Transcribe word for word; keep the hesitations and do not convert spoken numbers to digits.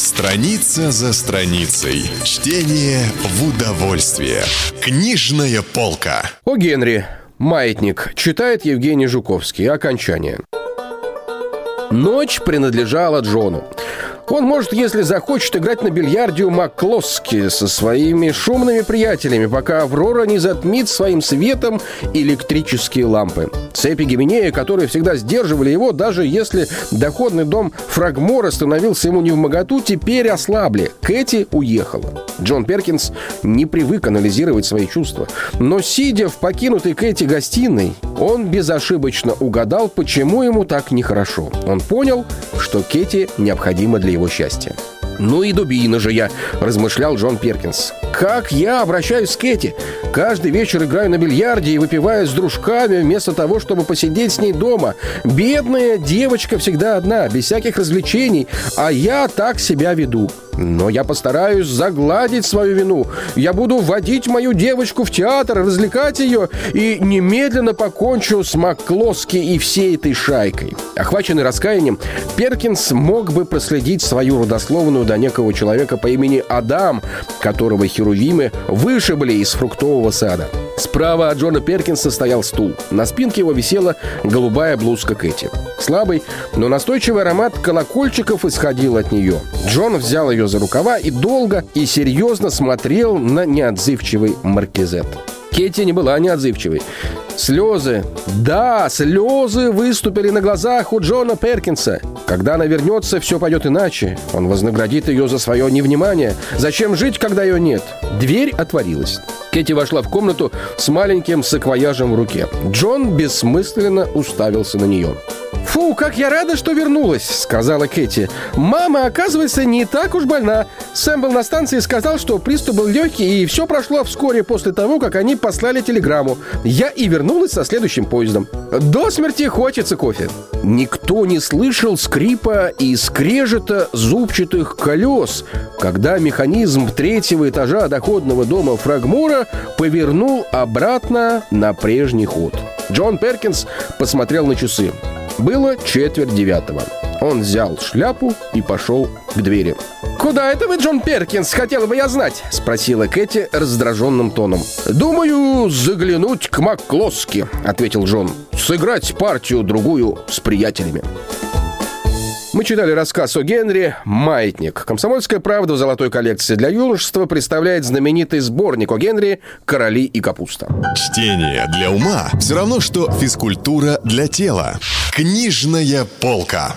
Страница за страницей. Чтение в удовольствие. Книжная полка. О Генри. Маятник. Читает Евгений Жуковский. Окончание. Ночь принадлежала Джону. Он может, если захочет, играть на бильярде у Макклоски со своими шумными приятелями, пока Аврора не затмит своим светом электрические лампы. Цепи Гименея, которые всегда сдерживали его, даже если доходный дом Фрагмора становился ему невмоготу, теперь ослабли. Кэти уехала. Джон Перкинс не привык анализировать свои чувства. Но, сидя в покинутой Кэти гостиной, он безошибочно угадал, почему ему так нехорошо. Он понял, что Кэти необходима для его счастья. «Ну и дубина же я», — размышлял Джон Перкинс. «Как я обращаюсь с Кэти? Каждый вечер играю на бильярде и выпиваю с дружками вместо того, чтобы посидеть с ней дома. Бедная девочка всегда одна, без всяких развлечений, а я так себя веду. Но я постараюсь загладить свою вину. Я буду водить мою девочку в театр, развлекать ее и немедленно покончу с Макклоски и всей этой шайкой». Охваченный раскаянием, Перкинс мог бы проследить свою родословную до некого человека по имени Адам, которого херувимы вышибли из фруктового сада. Справа от Джона Перкинса стоял стул. На спинке его висела голубая блузка Кэти. Слабый, но настойчивый аромат колокольчиков исходил от нее. Джон взял ее за рукава и долго и серьезно смотрел на неотзывчивый маркизет. Кэти не была неотзывчивой. Слезы, да, слезы выступили на глазах у Джона Перкинса. Когда она вернется, все пойдет иначе. Он вознаградит ее за свое невнимание. Зачем жить, когда ее нет? Дверь отворилась. Кэти вошла в комнату с маленьким саквояжем в руке. Джон бессмысленно уставился на нее. «Фу, как я рада, что вернулась», — сказала Кэти. «Мама, оказывается, не так уж больна. Сэм был на станции и сказал, что приступ был легкий, и все прошло вскоре после того, как они послали телеграмму. Я и вернулась со следующим поездом. До смерти хочется кофе». Никто не слышал скрипа и скрежета зубчатых колес, когда механизм третьего этажа доходного дома Фрагмора повернул обратно на прежний ход. Джон Перкинс посмотрел на часы. Было четверть девятого. Он взял шляпу и пошел к двери. «Куда это вы, Джон Перкинс, хотела бы я знать?» — спросила Кэти раздраженным тоном. «Думаю, заглянуть к Макклоски», — ответил Джон. «Сыграть партию-другую с приятелями». Мы читали рассказ о Генри «Маятник». «Комсомольская правда» в золотой коллекции для юношества представляет знаменитый сборник о Генри «Короли и капуста». Чтение для ума все равно, что физкультура для тела. Книжная полка.